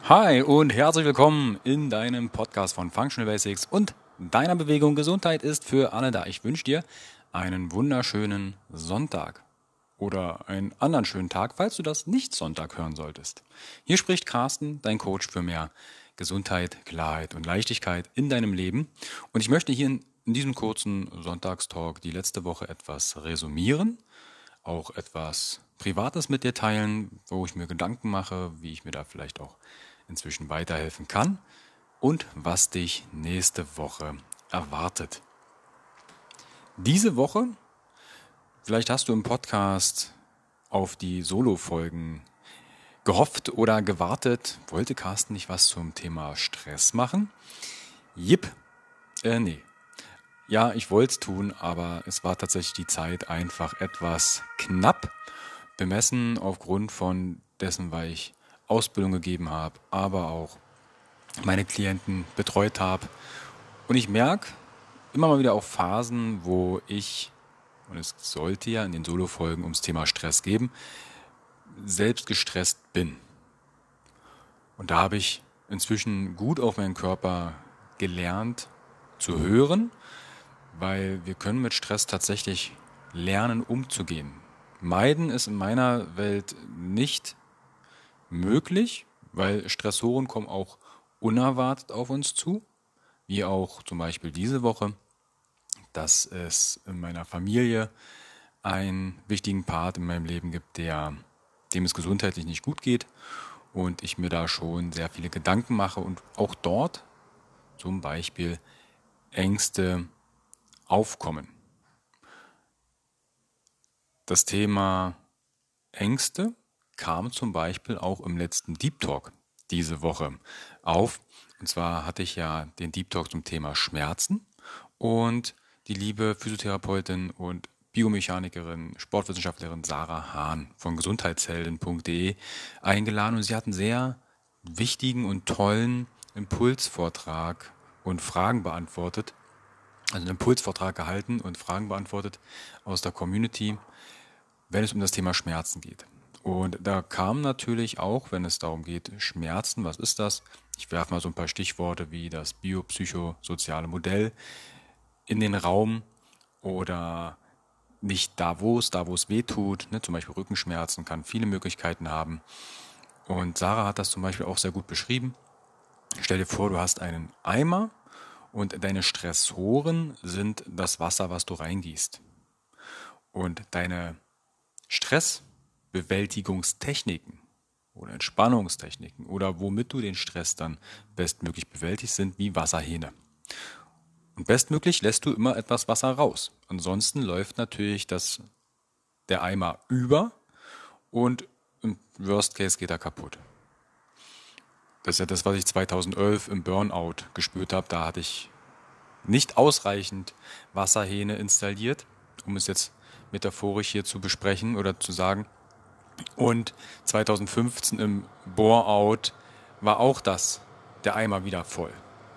Hi und herzlich willkommen in deinem Podcast von Functional Basics und deiner Bewegung. Gesundheit ist für alle da. Ich wünsche dir einen wunderschönen Sonntag oder einen anderen schönen Tag, falls du das nicht Sonntag hören solltest. Hier spricht Carsten, dein Coach für mehr Gesundheit, Klarheit und Leichtigkeit in deinem Leben. Und ich möchte hier in diesem kurzen Sonntagstalk die letzte Woche etwas resümieren, auch etwas Privates mit dir teilen, wo ich mir Gedanken mache, wie ich mir da vielleicht auch inzwischen weiterhelfen kann und was dich nächste Woche erwartet. Diese Woche, vielleicht hast du im Podcast auf die Solo-Folgen gehofft oder gewartet, wollte Carsten nicht was zum Thema Stress machen? Nee. Ja, ich wollte es tun, aber es war tatsächlich die Zeit einfach etwas knapp, bemessen aufgrund von dessen, weil ich Ausbildung gegeben habe, aber auch meine Klienten betreut habe. Und ich merke immer mal wieder auch Phasen, wo ich, und es sollte ja in den Solo-Folgen ums Thema Stress geben, selbst gestresst bin. Und da habe ich inzwischen gut auf meinen Körper gelernt zu hören, weil wir können mit Stress tatsächlich lernen, umzugehen. Meiden ist in meiner Welt nicht möglich, weil Stressoren kommen auch unerwartet auf uns zu, wie auch zum Beispiel diese Woche, dass es in meiner Familie einen wichtigen Part in meinem Leben gibt, dem es gesundheitlich nicht gut geht und ich mir da schon sehr viele Gedanken mache und auch dort zum Beispiel Ängste aufkommen. Das Thema Ängste kam zum Beispiel auch im letzten Deep Talk diese Woche auf. Und zwar hatte ich ja den Deep Talk zum Thema Schmerzen und die liebe Physiotherapeutin und Biomechanikerin, Sportwissenschaftlerin Sarah Hahn von gesundheitshelden.de eingeladen und sie hat einen sehr wichtigen und tollen Impulsvortrag und Fragen beantwortet, also einen Impulsvortrag gehalten und Fragen beantwortet aus der Community, wenn es um das Thema Schmerzen geht. Und da kam natürlich auch, wenn es darum geht, Schmerzen, was ist das? Ich werfe mal so ein paar Stichworte wie das biopsychosoziale Modell in den Raum oder nicht da, wo es weh tut. Ne? Zum Beispiel Rückenschmerzen kann viele Möglichkeiten haben. Und Sarah hat das zum Beispiel auch sehr gut beschrieben. Stell dir vor, du hast einen Eimer und deine Stressoren sind das Wasser, was du reingießt. Und deine Stressbewältigungstechniken oder Entspannungstechniken oder womit du den Stress dann bestmöglich bewältigst, sind wie Wasserhähne. Und bestmöglich lässt du immer etwas Wasser raus. Ansonsten läuft natürlich der Eimer über und im Worst Case geht er kaputt. Das ist ja das, was ich 2011 im Burnout gespürt habe. Da hatte ich nicht ausreichend Wasserhähne installiert, um es jetzt metaphorisch hier zu besprechen oder zu sagen. Und 2015 im Bore-out war auch der Eimer wieder voll.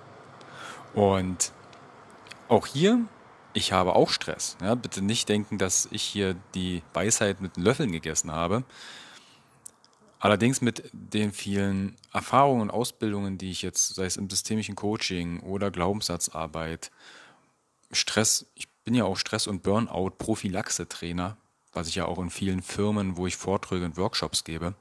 Und auch hier, ich habe auch Stress. Ja, bitte nicht denken, dass ich hier die Weisheit mit den Löffeln gegessen habe. Allerdings mit den vielen Erfahrungen und Ausbildungen, die ich jetzt, sei es im systemischen Coaching oder Glaubenssatzarbeit, ich bin ja auch Stress- und Burnout-Prophylaxe-Trainer, was ich ja auch in vielen Firmen, wo ich Vorträge und Workshops gebe,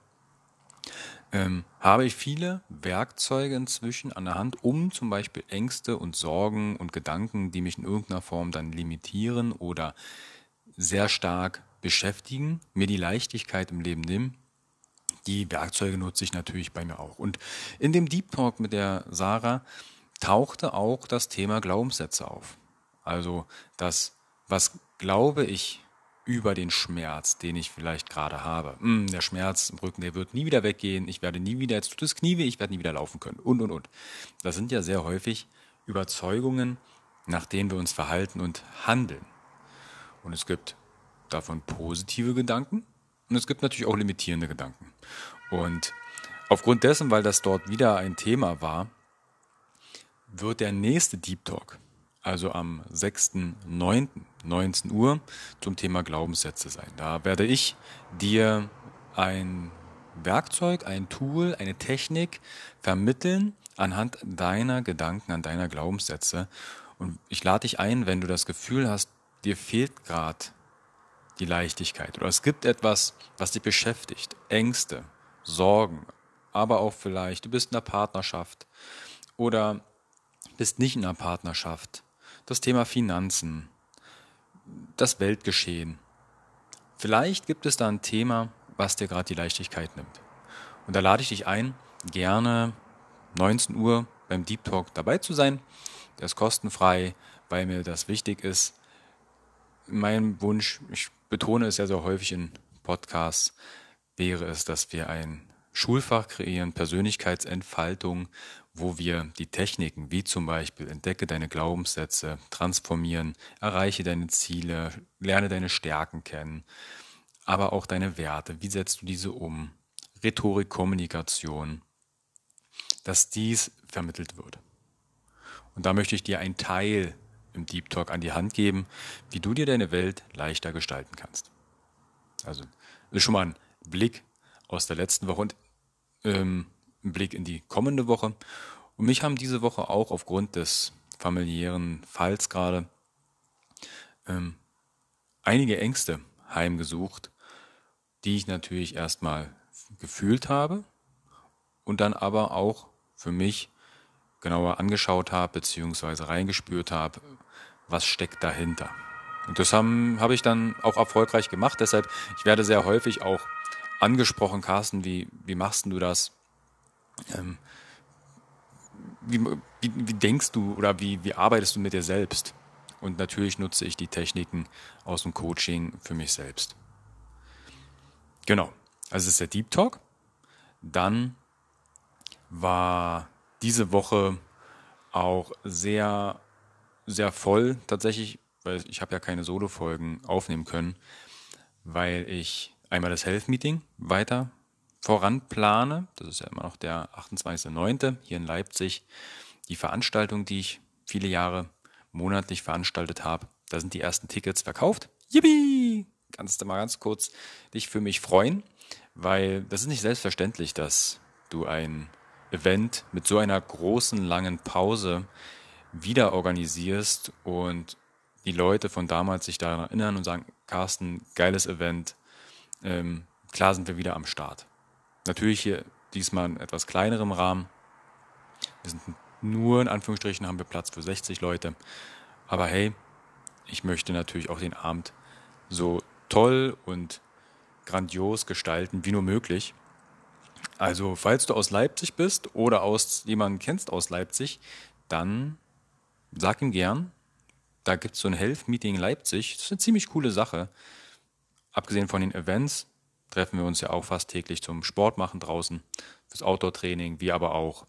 habe ich viele Werkzeuge inzwischen an der Hand, um zum Beispiel Ängste und Sorgen und Gedanken, die mich in irgendeiner Form dann limitieren oder sehr stark beschäftigen, mir die Leichtigkeit im Leben nehmen. Die Werkzeuge nutze ich natürlich bei mir auch. Und in dem Deep Talk mit der Sarah tauchte auch das Thema Glaubenssätze auf. Also was glaube ich über den Schmerz, den ich vielleicht gerade habe. Der Schmerz im Rücken, der wird nie wieder weggehen. Ich werde nie wieder, jetzt tut es Knie weh, ich werde nie wieder laufen können. Und. Das sind ja sehr häufig Überzeugungen, nach denen wir uns verhalten und handeln. Und es gibt davon positive Gedanken und es gibt natürlich auch limitierende Gedanken. Und aufgrund dessen, weil das dort wieder ein Thema war, wird der nächste Deep Talk, also am 6.9., 19 Uhr, zum Thema Glaubenssätze sein. Da werde ich dir ein Werkzeug, ein Tool, eine Technik vermitteln anhand deiner Gedanken, an deiner Glaubenssätze. Und ich lade dich ein, wenn du das Gefühl hast, dir fehlt gerade die Leichtigkeit oder es gibt etwas, was dich beschäftigt, Ängste, Sorgen, aber auch vielleicht, du bist in einer Partnerschaft oder bist nicht in einer Partnerschaft, das Thema Finanzen, das Weltgeschehen. Vielleicht gibt es da ein Thema, was dir gerade die Leichtigkeit nimmt. Und da lade ich dich ein, gerne 19 Uhr beim Deep Talk dabei zu sein. Der ist kostenfrei, weil mir das wichtig ist. Mein Wunsch, ich betone es ja sehr häufig in Podcasts, wäre es, dass wir ein Schulfach kreieren, Persönlichkeitsentfaltung, wo wir die Techniken, wie zum Beispiel entdecke deine Glaubenssätze, transformieren, erreiche deine Ziele, lerne deine Stärken kennen, aber auch deine Werte, wie setzt du diese um, Rhetorik, Kommunikation, dass dies vermittelt wird. Und da möchte ich dir einen Teil im Deep Talk an die Hand geben, wie du dir deine Welt leichter gestalten kannst. Also das ist schon mal ein Blick aus der letzten Woche und ein Blick in die kommende Woche. Und mich haben diese Woche auch aufgrund des familiären Falls gerade einige Ängste heimgesucht, die ich natürlich erstmal gefühlt habe und dann aber auch für mich genauer angeschaut habe, beziehungsweise reingespürt habe, was steckt dahinter. Und das habe ich dann auch erfolgreich gemacht. Deshalb, ich werde sehr häufig auch angesprochen, Carsten, wie machst denn du das? Wie denkst du oder wie arbeitest du mit dir selbst? Und natürlich nutze ich die Techniken aus dem Coaching für mich selbst. Genau, also es ist der Deep Talk. Dann war diese Woche auch sehr, sehr voll tatsächlich, weil ich habe ja keine Solo-Folgen aufnehmen können, weil ich einmal das Health-Meeting weiter voranplane. Das ist ja immer noch der 28.09. hier in Leipzig. Die Veranstaltung, die ich viele Jahre monatlich veranstaltet habe, da sind die ersten Tickets verkauft. Yippie! Kannst du mal ganz kurz dich für mich freuen, weil das ist nicht selbstverständlich, dass du ein Event mit so einer großen, langen Pause wieder organisierst und die Leute von damals sich daran erinnern und sagen, Carsten, geiles Event, klar sind wir wieder am Start. Natürlich hier diesmal in etwas kleinerem Rahmen. Wir sind nur, in Anführungsstrichen, haben wir Platz für 60 Leute. Aber hey, ich möchte natürlich auch den Abend so toll und grandios gestalten, wie nur möglich. Also, falls du aus Leipzig bist oder jemanden kennst aus Leipzig, dann sag ihm gern, da gibt es so ein Health Meeting Leipzig. Das ist eine ziemlich coole Sache. Abgesehen von den Events treffen wir uns ja auch fast täglich zum Sport machen draußen, fürs Outdoor-Training, wie aber auch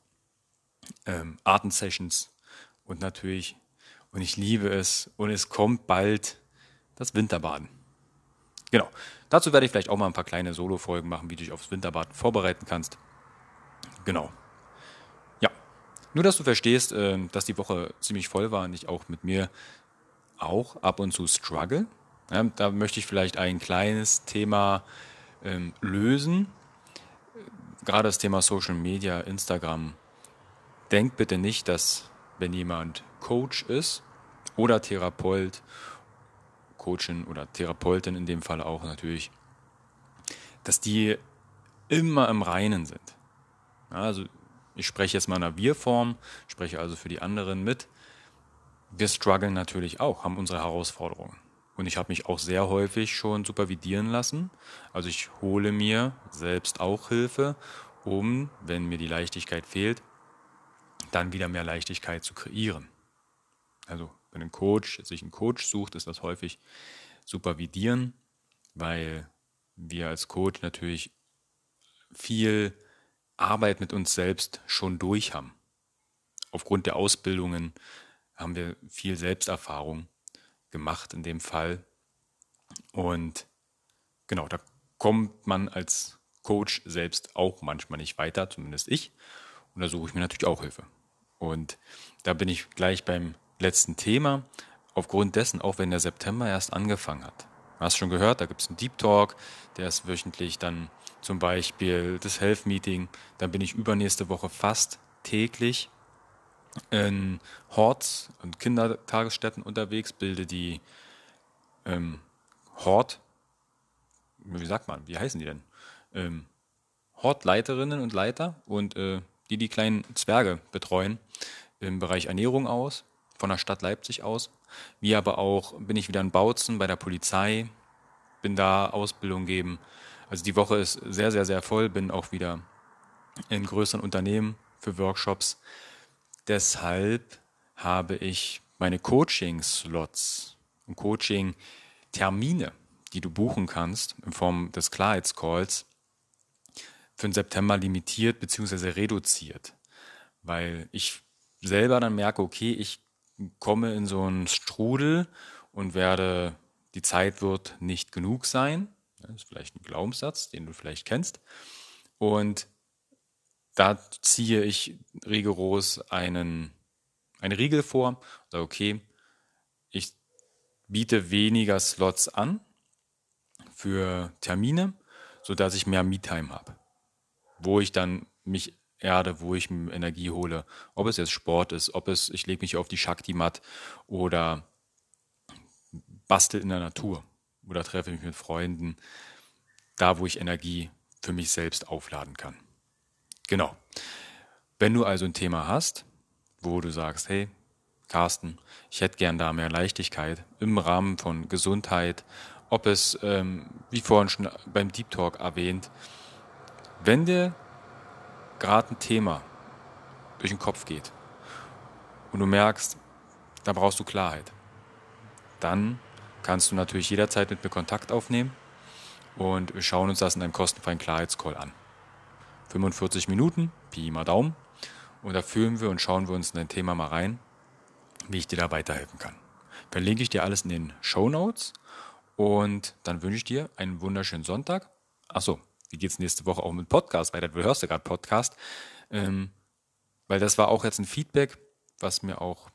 Atem-Sessions und natürlich, und ich liebe es, und es kommt bald das Winterbaden. Genau, dazu werde ich vielleicht auch mal ein paar kleine Solo-Folgen machen, wie du dich aufs Winterbaden vorbereiten kannst. Genau, ja. Nur, dass du verstehst, dass die Woche ziemlich voll war und ich auch mit mir auch ab und zu struggle. Ja, da möchte ich vielleicht ein kleines Thema lösen. Gerade das Thema Social Media, Instagram. Denk bitte nicht, dass wenn jemand Coach ist oder Therapeut, Coachin oder Therapeutin in dem Fall auch natürlich, dass die immer im Reinen sind. Ja, also ich spreche jetzt mal in einer Wir-Form, spreche also für die anderen mit. Wir strugglen natürlich auch, haben unsere Herausforderungen. Und ich habe mich auch sehr häufig schon supervidieren lassen. Also ich hole mir selbst auch Hilfe, um, wenn mir die Leichtigkeit fehlt, dann wieder mehr Leichtigkeit zu kreieren. Also wenn ein Coach sich einen Coach sucht, ist das häufig supervidieren, weil wir als Coach natürlich viel Arbeit mit uns selbst schon durch haben. Aufgrund der Ausbildungen haben wir viel Selbsterfahrung gemacht in dem Fall. Und genau, da kommt man als Coach selbst auch manchmal nicht weiter, zumindest ich. Und da suche ich mir natürlich auch Hilfe. Und da bin ich gleich beim letzten Thema. Aufgrund dessen, auch wenn der September erst angefangen hat. Du hast schon gehört, da gibt es einen Deep Talk, der ist wöchentlich dann zum Beispiel das Health Meeting. Dann bin ich übernächste Woche fast täglich in Horts und Kindertagesstätten unterwegs, bilde die Hort, wie sagt man, wie heißen die denn? Hortleiterinnen und Leiter und die kleinen Zwerge betreuen im Bereich Ernährung aus, von der Stadt Leipzig aus. Wie aber auch bin ich wieder in Bautzen bei der Polizei, bin da Ausbildung geben. Also die Woche ist sehr, sehr, sehr voll, bin auch wieder in größeren Unternehmen für Workshops. Deshalb habe ich meine Coaching-Slots und Coaching-Termine, die du buchen kannst in Form des Klarheitscalls, für den September limitiert bzw. reduziert, weil ich selber dann merke, okay, ich komme in so einen Strudel und die Zeit wird nicht genug sein. Das ist vielleicht ein Glaubenssatz, den du vielleicht kennst. Und da ziehe ich rigoros einen Riegel vor und sage, okay, ich biete weniger Slots an für Termine, sodass ich mehr Me-Time habe, wo ich dann mich erde, wo ich mir Energie hole. Ob es jetzt Sport ist, ich lege mich auf die Shakti-Mat oder bastel in der Natur oder treffe mich mit Freunden, da wo ich Energie für mich selbst aufladen kann. Genau. Wenn du also ein Thema hast, wo du sagst, hey, Carsten, ich hätte gern da mehr Leichtigkeit im Rahmen von Gesundheit, ob es, wie vorhin schon beim Deep Talk erwähnt, wenn dir gerade ein Thema durch den Kopf geht und du merkst, da brauchst du Klarheit, dann kannst du natürlich jederzeit mit mir Kontakt aufnehmen und wir schauen uns das in einem kostenfreien Klarheitscall an. 45 Minuten, Pi mal Daumen, und da fühlen wir und schauen wir uns in dein Thema mal rein, wie ich dir da weiterhelfen kann. Verlinke ich dir alles in den Shownotes und dann wünsche ich dir einen wunderschönen Sonntag. Achso, wie geht's nächste Woche auch mit Podcast weiter? Du hörst ja gerade Podcast, weil das war auch jetzt ein Feedback, was mir auch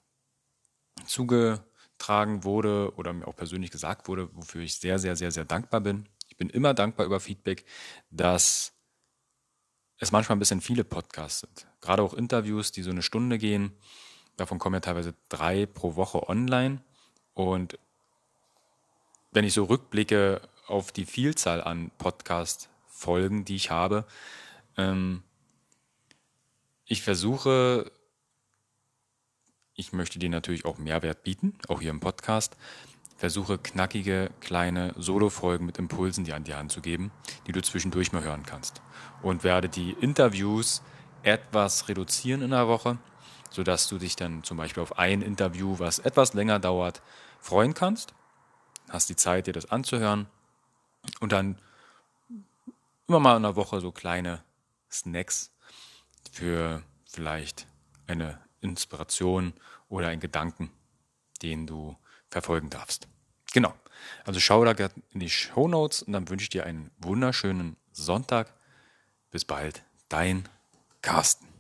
zugetragen wurde oder mir auch persönlich gesagt wurde, wofür ich sehr, sehr, sehr, sehr dankbar bin. Ich bin immer dankbar über Feedback, dass es manchmal ein bisschen viele Podcasts sind. Gerade auch Interviews, die so eine Stunde gehen. Davon kommen ja teilweise 3 pro Woche online. Und wenn ich so rückblicke auf die Vielzahl an Podcast-Folgen, die ich habe, ich versuche, ich möchte dir natürlich auch Mehrwert bieten, auch hier im Podcast, versuche knackige, kleine Solo-Folgen mit Impulsen dir an die Hand zu geben, die du zwischendurch mal hören kannst. Und werde die Interviews etwas reduzieren in der Woche, sodass du dich dann zum Beispiel auf ein Interview, was etwas länger dauert, freuen kannst. Hast die Zeit, dir das anzuhören und dann immer mal in der Woche so kleine Snacks für vielleicht eine Inspiration oder einen Gedanken, den du verfolgen darfst. Genau. Also schau da gerne in die Shownotes und dann wünsche ich dir einen wunderschönen Sonntag. Bis bald. Dein Carsten.